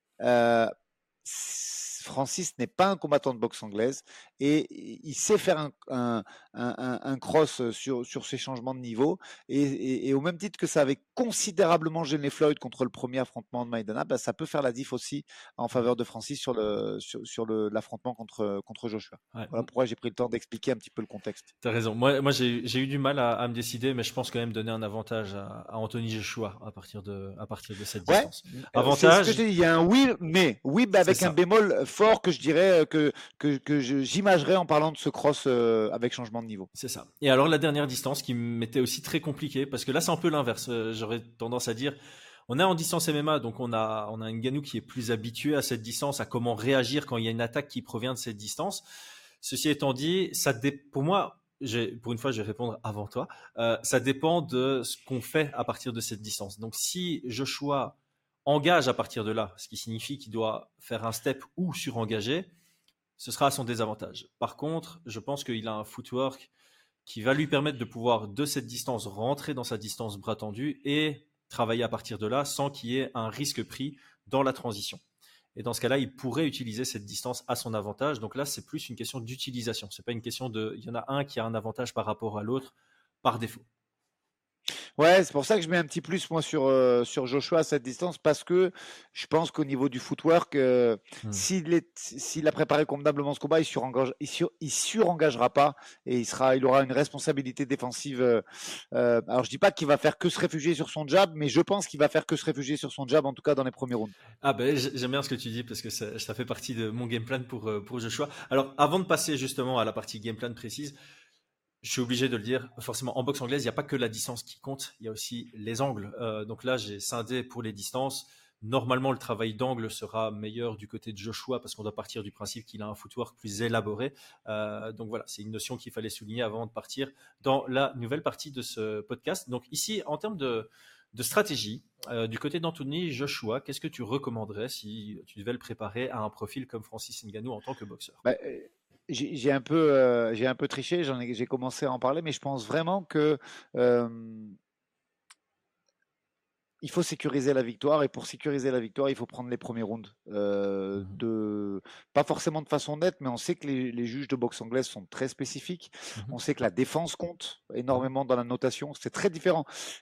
Francis n'est pas un combattant de boxe anglaise et il sait faire un cross sur ses changements de niveau, et au même titre que ça avait considérablement gêné Floyd contre le premier affrontement de Maidana, bah, ça peut faire la diff aussi en faveur de Francis sur l'affrontement contre Joshua. Ouais. Voilà pourquoi j'ai pris le temps d'expliquer un petit peu le contexte. T'as raison. Moi j'ai eu du mal à me décider, mais je pense quand même donner un avantage à Anthony Joshua à partir de cette distance. Avantage. C'est ce que je dis, il y a un oui, mais oui, bah avec un bémol fort que je dirais que j'imagerais en parlant de ce cross avec changement de niveau. C'est ça. Et alors la dernière distance qui m'était aussi très compliquée, parce que là c'est un peu l'inverse. J'aurais tendance à dire, on est en distance MMA, donc on a Ngannou qui est plus habitué à cette distance, à comment réagir quand il y a une attaque qui provient de cette distance. Ceci étant dit, pour moi, pour une fois, je vais répondre avant toi. Ça dépend de ce qu'on fait à partir de cette distance. Donc, si Joshua engage à partir de là, ce qui signifie qu'il doit faire un step ou surengager, ce sera à son désavantage. Par contre, je pense qu'il a un footwork qui va lui permettre de pouvoir, de cette distance, rentrer dans sa distance bras tendu et travailler à partir de là sans qu'il y ait un risque pris dans la transition. Et dans ce cas-là, il pourrait utiliser cette distance à son avantage. Donc là, c'est plus une question d'utilisation. C'est pas une question il y en a un qui a un avantage par rapport à l'autre par défaut. Ouais, c'est pour ça que je mets un petit plus moi sur Joshua à cette distance parce que je pense qu'au niveau du footwork, Hmm. s'il a préparé convenablement ce combat, il surengagera pas et il aura une responsabilité défensive. Alors je dis pas qu'il va faire que se réfugier sur son jab, mais je pense qu'il va faire que se réfugier sur son jab en tout cas dans les premiers rounds. Ah ben j'aime bien ce que tu dis parce que ça fait partie de mon game plan pour Joshua. Alors avant de passer justement à la partie game plan précise, je suis obligé de le dire, forcément en boxe anglaise, il n'y a pas que la distance qui compte, il y a aussi les angles. Donc là j'ai scindé pour les distances. Normalement le travail d'angle sera meilleur du côté de Joshua parce qu'on doit partir du principe qu'il a un footwork plus élaboré. Donc voilà, c'est une notion qu'il fallait souligner avant de partir dans la nouvelle partie de ce podcast. Donc ici en termes de stratégie, du côté d'Anthony Joshua, qu'est-ce que tu recommanderais si tu devais le préparer à un profil comme Francis Ngannou en tant que boxeur? Bah, j'ai un peu triché, j'ai commencé à en parler, mais je pense vraiment que euh, il faut sécuriser la victoire et pour sécuriser la victoire, il faut prendre les premiers rounds. Mhm, Pas forcément de façon nette, mais on sait que les juges de boxe anglaise sont très spécifiques. mhm, On sait que la défense compte mhm. énormément dans la notation. C'est très différent.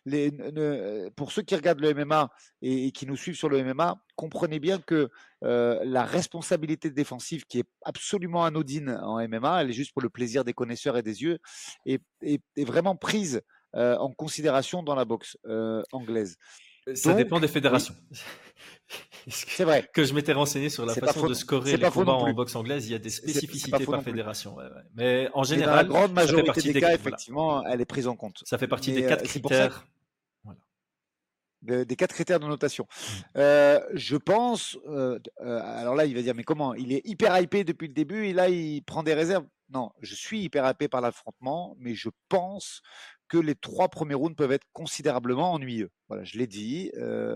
Pour ceux qui regardent le MMA et qui nous suivent sur le MMA, comprenez bien que la responsabilité défensive, qui est absolument anodine en MMA, elle est juste pour le plaisir des connaisseurs et des yeux, est vraiment prise en considération dans la boxe anglaise. Ça dépend des Donc, oui, fédérations. Est-ce c'est vrai. que je m'étais renseigné sur la C'est pas façon faux. de scorer C'est les pas faux combats non en plus. boxe anglaise, il y a des C'est pas spécificités faux par non plus. fédération. Ouais, ouais. Mais en Mais dans la général, grande ça fait majorité partie des des cas, voilà, effectivement, elle est prise en compte. ça fait partie des Mais quatre c'est pour ça que critères. Voilà. des 4 critères de notation. Mm. Je pense, alors là, il va dire, mais comment? Il est hyper hypé depuis le début et là, il prend des réserves. Non, je suis hyper hypé par l'affrontement, mais je pense que les 3 premiers rounds peuvent être considérablement ennuyeux. Voilà, je l'ai dit.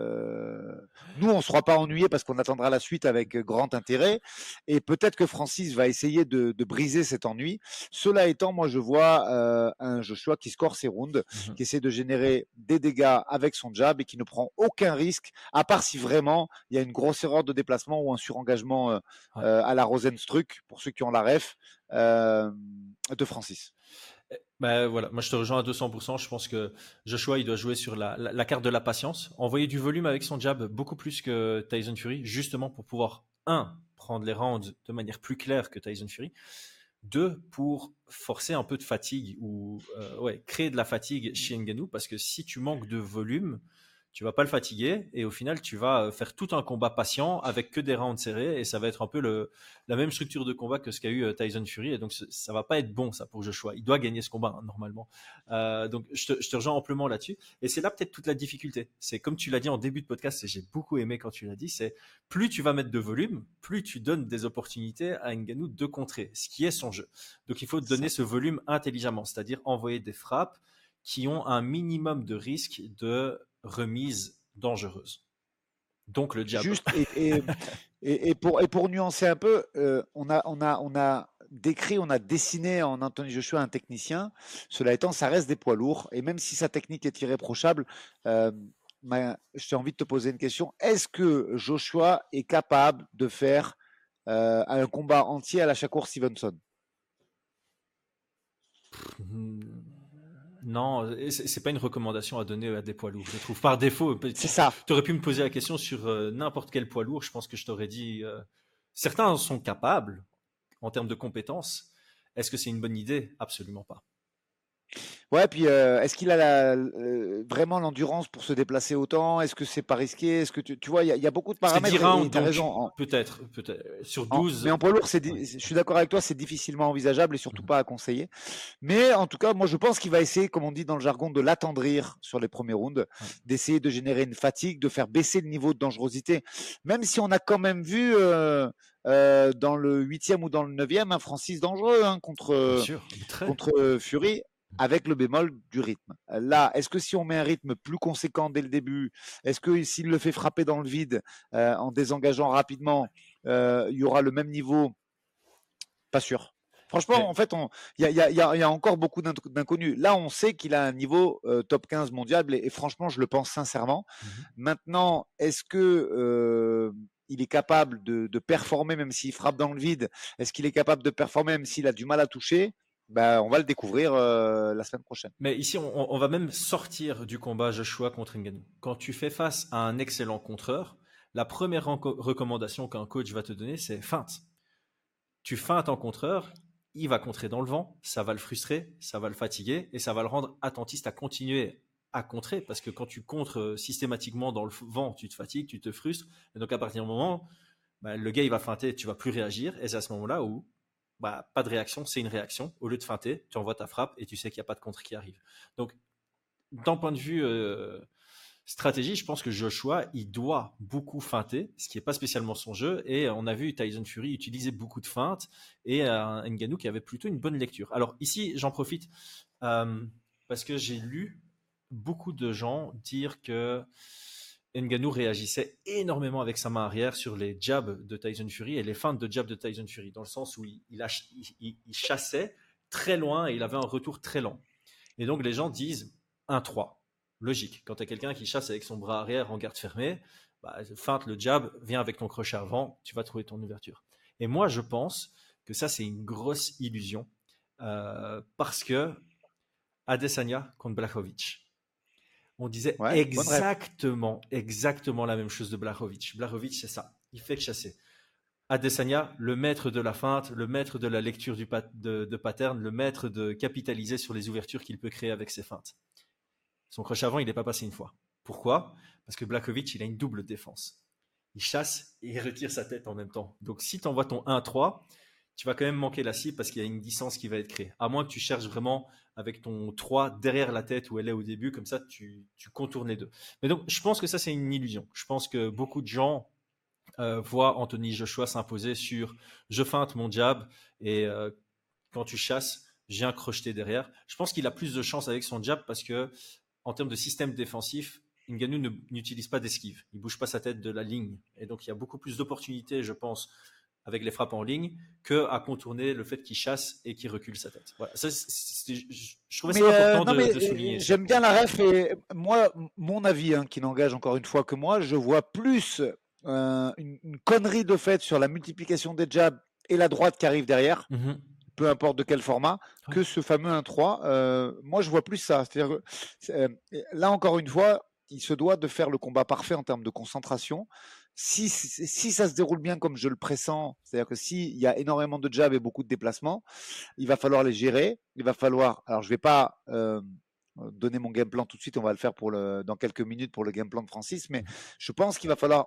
Nous, on ne sera pas ennuyés parce qu'on attendra la suite avec grand intérêt. Et peut-être que Francis va essayer de briser cet ennui. Cela étant, moi, je vois un Joshua qui score ses rounds, Mhm. qui essaie de générer des dégâts avec son jab et qui ne prend aucun risque, à part si vraiment il y a une grosse erreur de déplacement ou un surengagement Ouais. à la Rosenstruck, pour ceux qui ont la ref, euh, de Francis. Ben voilà, moi je te rejoins à 200%. Je pense que Joshua, il doit jouer sur la carte de la patience, envoyer du volume avec son jab beaucoup plus que Tyson Fury, justement pour pouvoir, prendre les rounds de manière plus claire que Tyson Fury, deux, pour forcer un peu de fatigue ou ouais, créer de la fatigue chez Ngannou, parce que si tu manques de volume, tu vas pas le fatiguer et au final tu vas faire tout un combat patient avec que des rounds serrés et ça va être un peu la même structure de combat que ce qu'a eu Tyson Fury et donc ça va pas être bon ça pour Joshua. Il doit gagner ce combat hein, normalement. Donc je te rejoins amplement là-dessus et c'est là peut-être toute la difficulté. C'est comme tu l'as dit en début de podcast et j'ai beaucoup aimé quand tu l'as dit, c'est plus tu vas mettre de volume, plus tu donnes des opportunités à Ngannou de contrer, ce qui est son jeu. Donc il faut donner Ça. ce volume intelligemment, c'est-à-dire envoyer des frappes qui ont un minimum de risque de remise dangereuse. Donc le jab. Juste, pour nuancer un peu, on a décrit, on a dessiné en Anthony Joshua un technicien. Cela étant, ça reste des poids lourds. Et même si sa technique est irréprochable, euh, j'ai envie de te poser une question. Est-ce que Joshua est capable de faire un combat entier à la Shakur Stevenson? Non, c'est pas une recommandation à donner à des poids lourds. Je trouve par défaut, C'est tu ça. aurais pu me poser la question sur n'importe quel poids lourd. Je pense que je t'aurais dit. Certains en sont capables en termes de compétences. Est-ce que c'est une bonne idée? Absolument pas. Ouais, puis est-ce qu'il a vraiment l'endurance pour se déplacer autant? Est-ce que c'est pas risqué? Est-ce que tu vois, il y a beaucoup de C'est 10 paramètres et rounds, tu as donc raison. peut-être. Sur Mais en 12. poids lourd, Ouais. je suis d'accord avec toi, c'est difficilement envisageable et surtout Mhm. pas à conseiller. Mais en tout cas, moi, je pense qu'il va essayer, comme on dit dans le jargon, de l'attendrir sur les premiers rounds, Ouais. d'essayer de générer une fatigue, de faire baisser le niveau de dangerosité. Même si on a quand même vu dans le 8e ou dans le 9e un Francis dangereux hein, Bien sûr, très. contre Fury. Avec le bémol du rythme. Là, est-ce que si on met un rythme plus conséquent dès le début, est-ce que s'il le fait frapper dans le vide en désengageant rapidement, il y aura le même niveau? Pas sûr. Franchement, Mais en fait, il y a encore beaucoup d'inconnus. Là, on sait qu'il a un niveau top 15 mondial et franchement, je le pense sincèrement. mhm. Maintenant, est-ce que il est capable de performer même s'il frappe dans le vide? Est-ce qu'il est capable de performer même s'il a du mal à toucher? Ben, on va le découvrir la semaine prochaine. Mais ici, on va même sortir du combat Joshua contre Ngannou. Quand tu fais face à un excellent contreur, la première recommandation qu'un coach va te donner, c'est feinte. Tu feintes en contreur, il va contrer dans le vent, ça va le frustrer, ça va le fatiguer et ça va le rendre attentiste à continuer à contrer parce que quand tu contres systématiquement dans le vent, tu te fatigues, tu te frustres. Et donc à partir du moment, le gars il va feinter, tu vas plus réagir et c'est à ce moment-là où pas de réaction, c'est une réaction. Au lieu de feinter, tu envoies ta frappe et tu sais qu'il n'y a pas de contre qui arrive. Donc d'un point de vue stratégie, je pense que Joshua, il doit beaucoup feinter, ce qui n'est pas spécialement son jeu. Et on a vu Tyson Fury utiliser beaucoup de feintes et Ngannou qui avait plutôt une bonne lecture. Alors ici, j'en profite parce que j'ai lu beaucoup de gens dire que Ngannou réagissait énormément avec sa main arrière sur les jabs de Tyson Fury et les feintes de jabs de Tyson Fury, dans le sens où il chassait très loin et il avait un retour très lent. Et donc les gens disent 1-3. Logique. Quand tu as quelqu'un qui chasse avec son bras arrière en garde fermée, feinte le jab, viens avec ton crochet avant, tu vas trouver ton ouverture. Et moi, je pense que ça, c'est une grosse illusion parce que Adesanya contre Blachowicz, on disait exactement la même chose de Blachowicz. Blachowicz, c'est ça. Il fait que chasser. Adesanya, le maître de la feinte, le maître de la lecture de pattern, le maître de capitaliser sur les ouvertures qu'il peut créer avec ses feintes. Son crochet avant, il n'est pas passé une fois. Pourquoi ? Parce que Blachowicz, il a une double défense. Il chasse et il retire sa tête en même temps. Donc si tu envoies ton 1-3, tu vas quand même manquer la cible parce qu'il y a une distance qui va être créée. À moins que tu cherches vraiment avec ton 3 derrière la tête où elle est au début, comme ça tu contournes les deux. Mais donc je pense que ça c'est une illusion. Je pense que beaucoup de gens voient Anthony Joshua s'imposer sur je feinte mon jab et quand tu chasses, j'ai un crocheté derrière. Je pense qu'il a plus de chance avec son jab parce que en termes de système défensif, Ngannou n'utilise pas d'esquive. Il ne bouge pas sa tête de la ligne. Et donc, il y a beaucoup plus d'opportunités, je pense, avec les frappes en ligne, qu'à contourner le fait qu'il chasse et qu'il recule sa tête. Voilà. Ça, je trouvais ça important de souligner. J'aime bien la ref. Et moi, mon avis, qui n'engage encore une fois que moi, je vois plus une connerie de fait sur la multiplication des jabs et la droite qui arrive derrière. Mm-hmm. Peu importe de quel format, que ce fameux 1-3. Moi, je vois plus ça. C'est-à-dire, là, encore une fois, il se doit de faire le combat parfait en termes de concentration. Si ça se déroule bien comme je le pressens, c'est-à-dire que s'il y a énormément de jabs et beaucoup de déplacements, il va falloir les gérer. Il va falloir. Alors, je ne vais pas donner mon game plan tout de suite. On va le faire dans quelques minutes pour le game plan de Francis. Mais je pense qu'il va falloir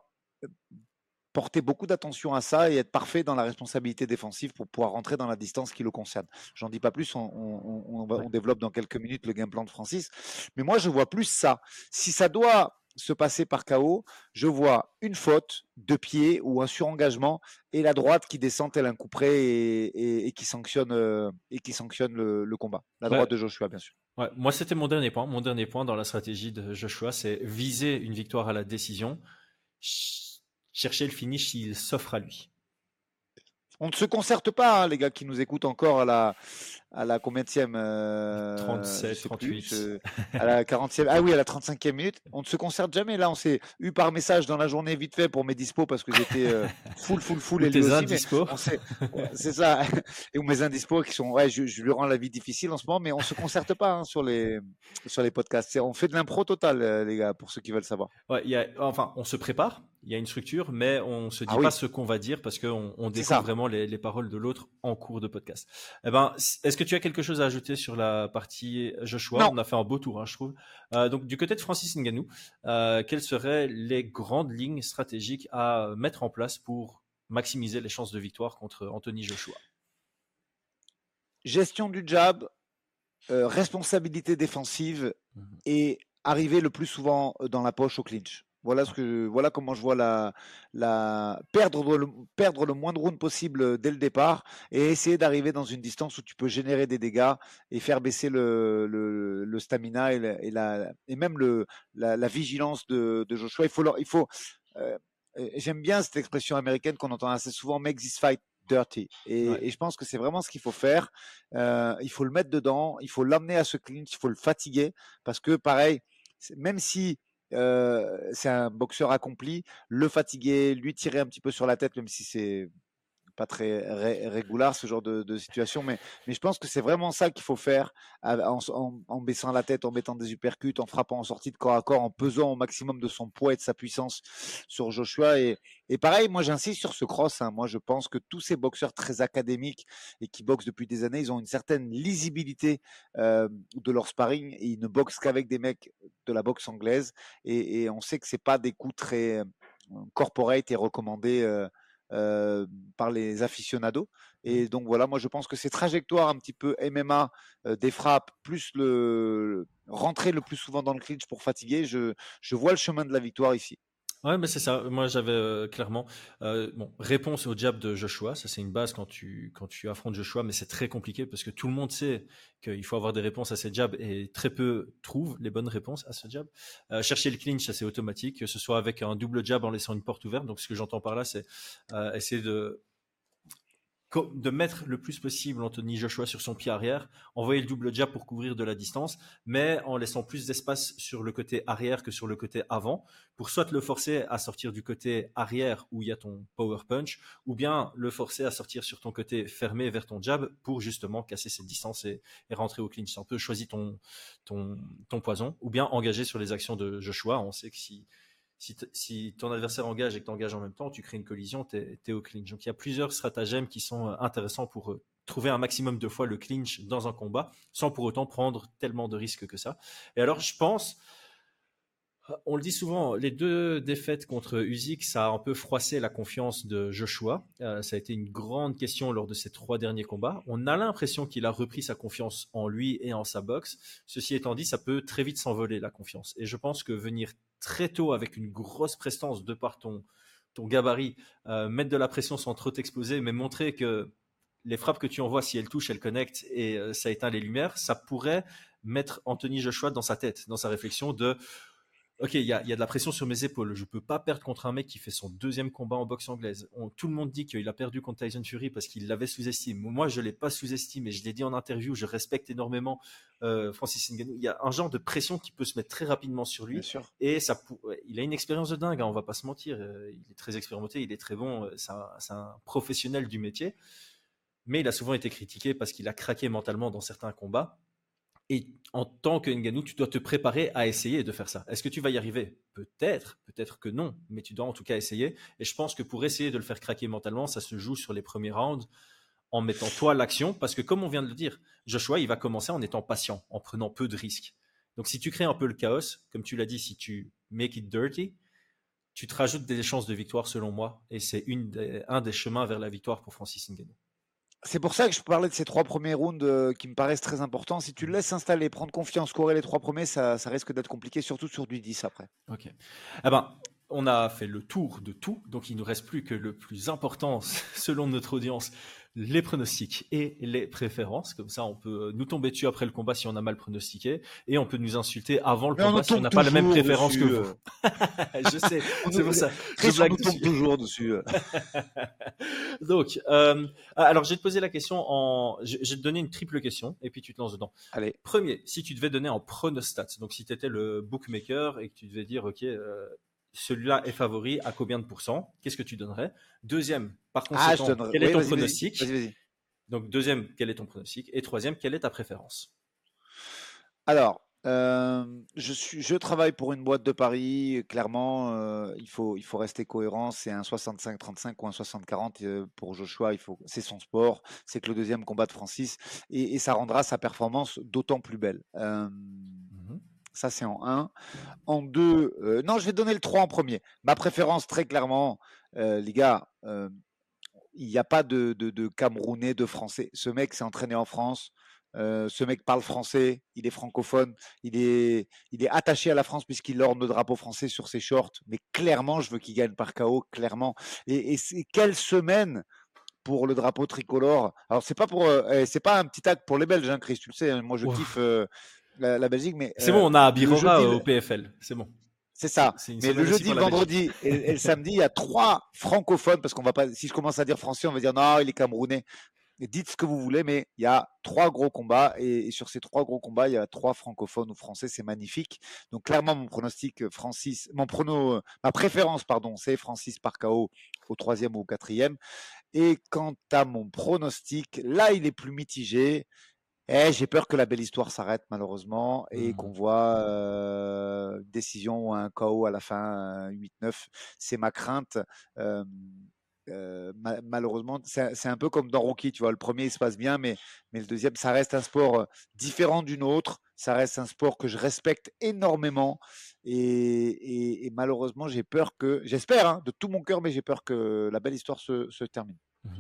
porter beaucoup d'attention à ça et être parfait dans la responsabilité défensive pour pouvoir rentrer dans la distance qui le concerne. J'en dis pas plus, on développe dans quelques minutes le game plan de Francis. Mais moi, je vois plus ça. Si ça doit se passer par KO, je vois une faute de pied ou un surengagement et la droite qui descend tel un coup près et qui sanctionne, le combat. La droite de Joshua, bien sûr. Ouais, moi, c'était mon dernier point. Mon dernier point dans la stratégie de Joshua, c'est viser une victoire à la décision. Chercher le finish s'il s'offre à lui. On ne se concerte pas, les gars qui nous écoutent encore à la combienième 37, 38. À la 40e. Ah oui, à la 35e minute. On ne se concerte jamais. Là, on s'est eu par message dans la journée vite fait pour mes dispos parce que j'étais full. Et tes indispos. C'est ça. Et ou mes indispos qui sont. Ouais, je lui rends la vie difficile en ce moment, mais on ne se concerte pas sur les podcasts. On fait de l'impro total, les gars, pour ceux qui veulent savoir. Ouais, on se prépare. Il y a une structure, mais on ne se dit pas ce qu'on va dire parce qu'on découvre vraiment les paroles de l'autre en cours de podcast. Eh ben, est-ce que tu as quelque chose à ajouter sur la partie Joshua ? Non. On a fait un beau tour, je trouve. Donc, du côté de Francis Ngannou, quelles seraient les grandes lignes stratégiques à mettre en place pour maximiser les chances de victoire contre Anthony Joshua ? Gestion du jab, responsabilité défensive et arriver le plus souvent dans la poche au clinch. Voilà comment je vois perdre le moins de rounds possible dès le départ et essayer d'arriver dans une distance où tu peux générer des dégâts et faire baisser le stamina et même la vigilance de Joshua. J'aime bien cette expression américaine qu'on entend assez souvent, make this fight dirty. Et je pense que c'est vraiment ce qu'il faut faire. Il faut le mettre dedans, il faut l'amener à ce clinch, il faut le fatiguer parce que pareil, même si c'est un boxeur accompli, le fatiguer, lui tirer un petit peu sur la tête, même si c'est régulier, ce genre de situation. Mais je pense que c'est vraiment ça qu'il faut faire en baissant la tête, en mettant des uppercuts, en frappant en sortie de corps à corps, en pesant au maximum de son poids et de sa puissance sur Joshua. Et pareil, moi j'insiste sur ce cross. Moi je pense que tous ces boxeurs très académiques et qui boxent depuis des années, ils ont une certaine lisibilité de leur sparring et ils ne boxent qu'avec des mecs de la boxe anglaise. Et on sait que c'est pas des coups très corporate et recommandés par les aficionados. Et donc voilà, moi je pense que ces trajectoires un petit peu MMA, des frappes, plus rentrer le plus souvent dans le clinch pour fatiguer, je vois le chemin de la victoire ici. Ouais, mais c'est ça. Moi, j'avais clairement réponse au jab de Joshua. Ça, c'est une base quand tu affrontes Joshua, mais c'est très compliqué parce que tout le monde sait qu'il faut avoir des réponses à ces jabs et très peu trouvent les bonnes réponses à ce jab. Chercher le clinch, ça c'est automatique, que ce soit avec un double jab en laissant une porte ouverte. Donc, ce que j'entends par là, c'est essayer de mettre le plus possible Anthony Joshua sur son pied arrière, envoyer le double jab pour couvrir de la distance, mais en laissant plus d'espace sur le côté arrière que sur le côté avant, pour soit le forcer à sortir du côté arrière où il y a ton power punch, ou bien le forcer à sortir sur ton côté fermé vers ton jab pour justement casser cette distance et rentrer au clinch. C'est un peu choisi ton poison, ou bien engager sur les actions de Joshua. On sait que si ton adversaire engage et que tu engages en même temps, tu crées une collision, tu es au clinch. Donc il y a plusieurs stratagèmes qui sont intéressants pour trouver un maximum de fois le clinch dans un combat, sans pour autant prendre tellement de risques que ça. Et alors je pense, on le dit souvent, les 2 défaites contre Usyk, ça a un peu froissé la confiance de Joshua. Ça a été une grande question lors de ces 3 derniers combats. On a l'impression qu'il a repris sa confiance en lui et en sa boxe. Ceci étant dit, ça peut très vite s'envoler la confiance. Et je pense que venir très tôt avec une grosse prestance de par ton gabarit, mettre de la pression sans trop t'exposer, mais montrer que les frappes que tu envoies, si elles touchent, elles connectent et ça éteint les lumières, ça pourrait mettre Anthony Joshua dans sa tête, dans sa réflexion de ok, il y a de la pression sur mes épaules. Je peux pas perdre contre un mec qui fait son 2e combat en boxe anglaise. Tout le monde dit qu'il a perdu contre Tyson Fury parce qu'il l'avait sous-estimé. Moi, je l'ai pas sous-estimé. Je l'ai dit en interview. Je respecte énormément Francis Ngannou. Il y a un genre de pression qui peut se mettre très rapidement sur lui. Bien sûr. Et il a une expérience de dingue. On va pas se mentir. Il est très expérimenté. Il est très bon. C'est un professionnel du métier. Mais il a souvent été critiqué parce qu'il a craqué mentalement dans certains combats. Et en tant que Ngannou, tu dois te préparer à essayer de faire ça. Est-ce que tu vas y arriver? Peut-être que non, mais tu dois en tout cas essayer. Et je pense que pour essayer de le faire craquer mentalement, ça se joue sur les premiers rounds en mettant toi l'action. Parce que comme on vient de le dire, Joshua, il va commencer en étant patient, en prenant peu de risques. Donc si tu crées un peu le chaos, comme tu l'as dit, si tu make it dirty, tu te rajoutes des chances de victoire selon moi. Et c'est un des chemins vers la victoire pour Francis Ngannou. C'est pour ça que je parlais de ces 3 premiers rounds qui me paraissent très importants. Si tu le laisses s'installer, prendre confiance, scorer les 3 premiers, ça risque d'être compliqué, surtout sur du 10 après. Ok. Eh ben, on a fait le tour de tout, donc il ne nous reste plus que le plus important, selon notre audience, les pronostics et les préférences. Comme ça, on peut nous tomber dessus après le combat si on a mal pronostiqué, et on peut nous insulter avant le combat si on n'a pas la même préférence que vous. Je sais, c'est pour ça. On nous tombe toujours dessus. Donc, alors je vais te poser la question je vais te donner une triple question, et puis tu te lances dedans. Allez. Premier, si tu devais donner en pronostat, donc si tu étais le bookmaker et que tu devais dire, ok, celui-là est favori à combien de pourcents? Qu'est-ce que tu donnerais? Deuxième, par conséquent, quel est ton pronostic? Vas-y. Donc, deuxième, quel est ton pronostic? Et troisième, quelle est ta préférence? Alors, je travaille pour une boîte de paris. Clairement, il faut rester cohérent. C'est un 65-35 ou un 60-40 pour Joshua. C'est son sport. C'est que le 2e combat de Francis et ça rendra sa performance d'autant plus belle. Ça, c'est en 1. En 2, non, je vais donner le 3 en premier. Ma préférence, très clairement, les gars, il n'y a pas de Camerounais, de Français. Ce mec s'est entraîné en France. Ce mec parle français, il est francophone, il est attaché à la France puisqu'il orne le drapeau français sur ses shorts. Mais clairement, je veux qu'il gagne par KO, clairement. Et quelle semaine pour le drapeau tricolore. Alors, c'est pas un petit acte pour les Belges, hein, Chris, tu le sais. Hein, moi, je kiffe la Belgique, mais c'est bon, on a Birora au PFL, c'est bon. C'est ça. Mais le jeudi, le vendredi et le samedi, il y a 3 francophones parce qu'on va pas. Si je commence à dire français, on va dire non, il est camerounais. dites ce que vous voulez, mais il y a 3 gros combats et sur ces 3 gros combats, il y a 3 francophones ou français, c'est magnifique. Donc clairement, mon pronostic, ma préférence, pardon, c'est Francis par KO au 3e ou au 4e. Et quant à mon pronostic, là, il est plus mitigé. J'ai peur que la belle histoire s'arrête malheureusement et qu'on voit décision ou un KO à la fin, 8-9. C'est ma crainte. Malheureusement, c'est un peu comme dans Rocky, tu vois, le premier il se passe bien, mais le deuxième, ça reste un sport différent d'une autre, ça reste un sport que je respecte énormément et malheureusement, j'espère hein, de tout mon cœur, mais j'ai peur que la belle histoire se termine.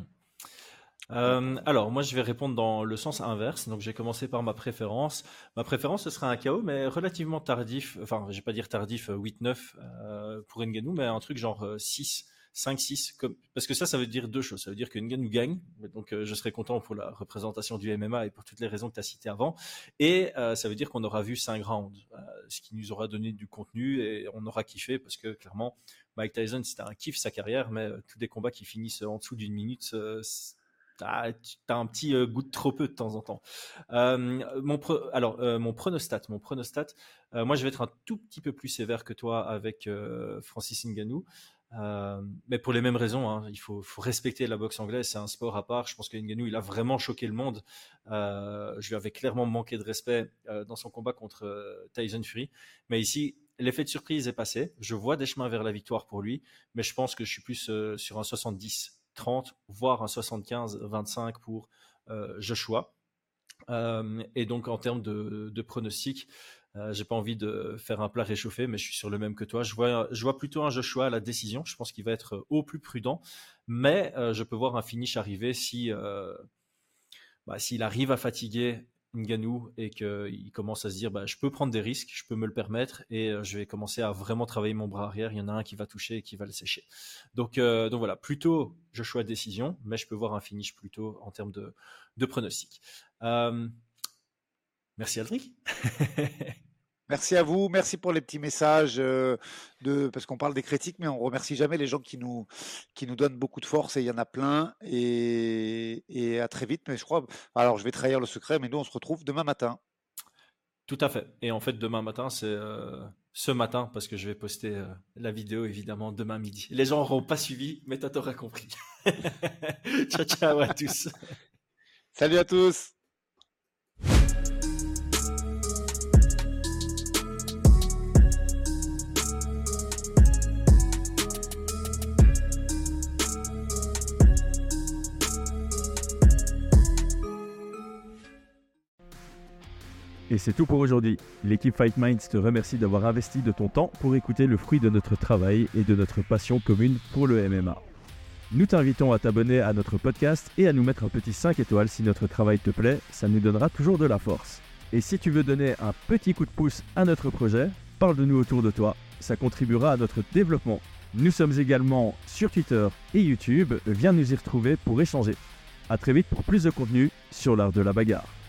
Alors, moi, je vais répondre dans le sens inverse. Donc, j'ai commencé par ma préférence. Ma préférence, ce sera un KO, mais relativement tardif. Enfin, je vais pas dire tardif 8-9 pour Ngannou, mais un truc genre 6. 5-6, parce que ça veut dire deux choses. Ça veut dire que Ngannou gagne, donc je serai content pour la représentation du MMA et pour toutes les raisons que tu as citées avant. Et ça veut dire qu'on aura vu 5 rounds, ce qui nous aura donné du contenu et on aura kiffé parce que clairement, Mike Tyson, c'était un kiff sa carrière, mais tous des combats qui finissent en dessous d'une minute, t'as un petit goût de trop peu de temps en temps. Mon pronostat, moi je vais être un tout petit peu plus sévère que toi avec Francis Ngannou. Mais pour les mêmes raisons, hein, il faut respecter la boxe anglaise, c'est un sport à part. Je pense que Ngannou, il a vraiment choqué le monde. Je lui avais clairement manqué de respect dans son combat contre Tyson Fury. Mais ici, l'effet de surprise est passé. Je vois des chemins vers la victoire pour lui, mais je pense que je suis plus sur un 70-30, voire un 75-25 pour Joshua. Et donc, en termes de pronostic, j'ai pas envie de faire un plat réchauffé, mais je suis sur le même que toi. Je vois plutôt un Joshua à la décision. Je pense qu'il va être au plus prudent, mais je peux voir un finish arriver s'il arrive à fatiguer Ngannou et qu'il commence à se dire je peux prendre des risques, je peux me le permettre et je vais commencer à vraiment travailler mon bras arrière. Il y en a un qui va toucher et qui va le sécher. Donc voilà, plutôt Joshua décision, mais je peux voir un finish plutôt en termes de pronostic. Merci Aldric. Merci à vous, merci pour les petits messages parce qu'on parle des critiques, mais on remercie jamais les gens qui nous donnent beaucoup de force et il y en a plein et à très vite. Mais je crois, alors je vais trahir le secret, mais nous on se retrouve demain matin. Tout à fait. Et en fait demain matin c'est ce matin parce que je vais poster la vidéo évidemment demain midi. Les gens n'auront pas suivi, mais toi t'auras compris. Ciao ciao à tous. Salut à tous. Et c'est tout pour aujourd'hui. L'équipe Fight Minds te remercie d'avoir investi de ton temps pour écouter le fruit de notre travail et de notre passion commune pour le MMA. Nous t'invitons à t'abonner à notre podcast et à nous mettre un petit 5 étoiles si notre travail te plaît, ça nous donnera toujours de la force. Et si tu veux donner un petit coup de pouce à notre projet, parle de nous autour de toi, ça contribuera à notre développement. Nous sommes également sur Twitter et YouTube, viens nous y retrouver pour échanger. A très vite pour plus de contenu sur l'art de la bagarre.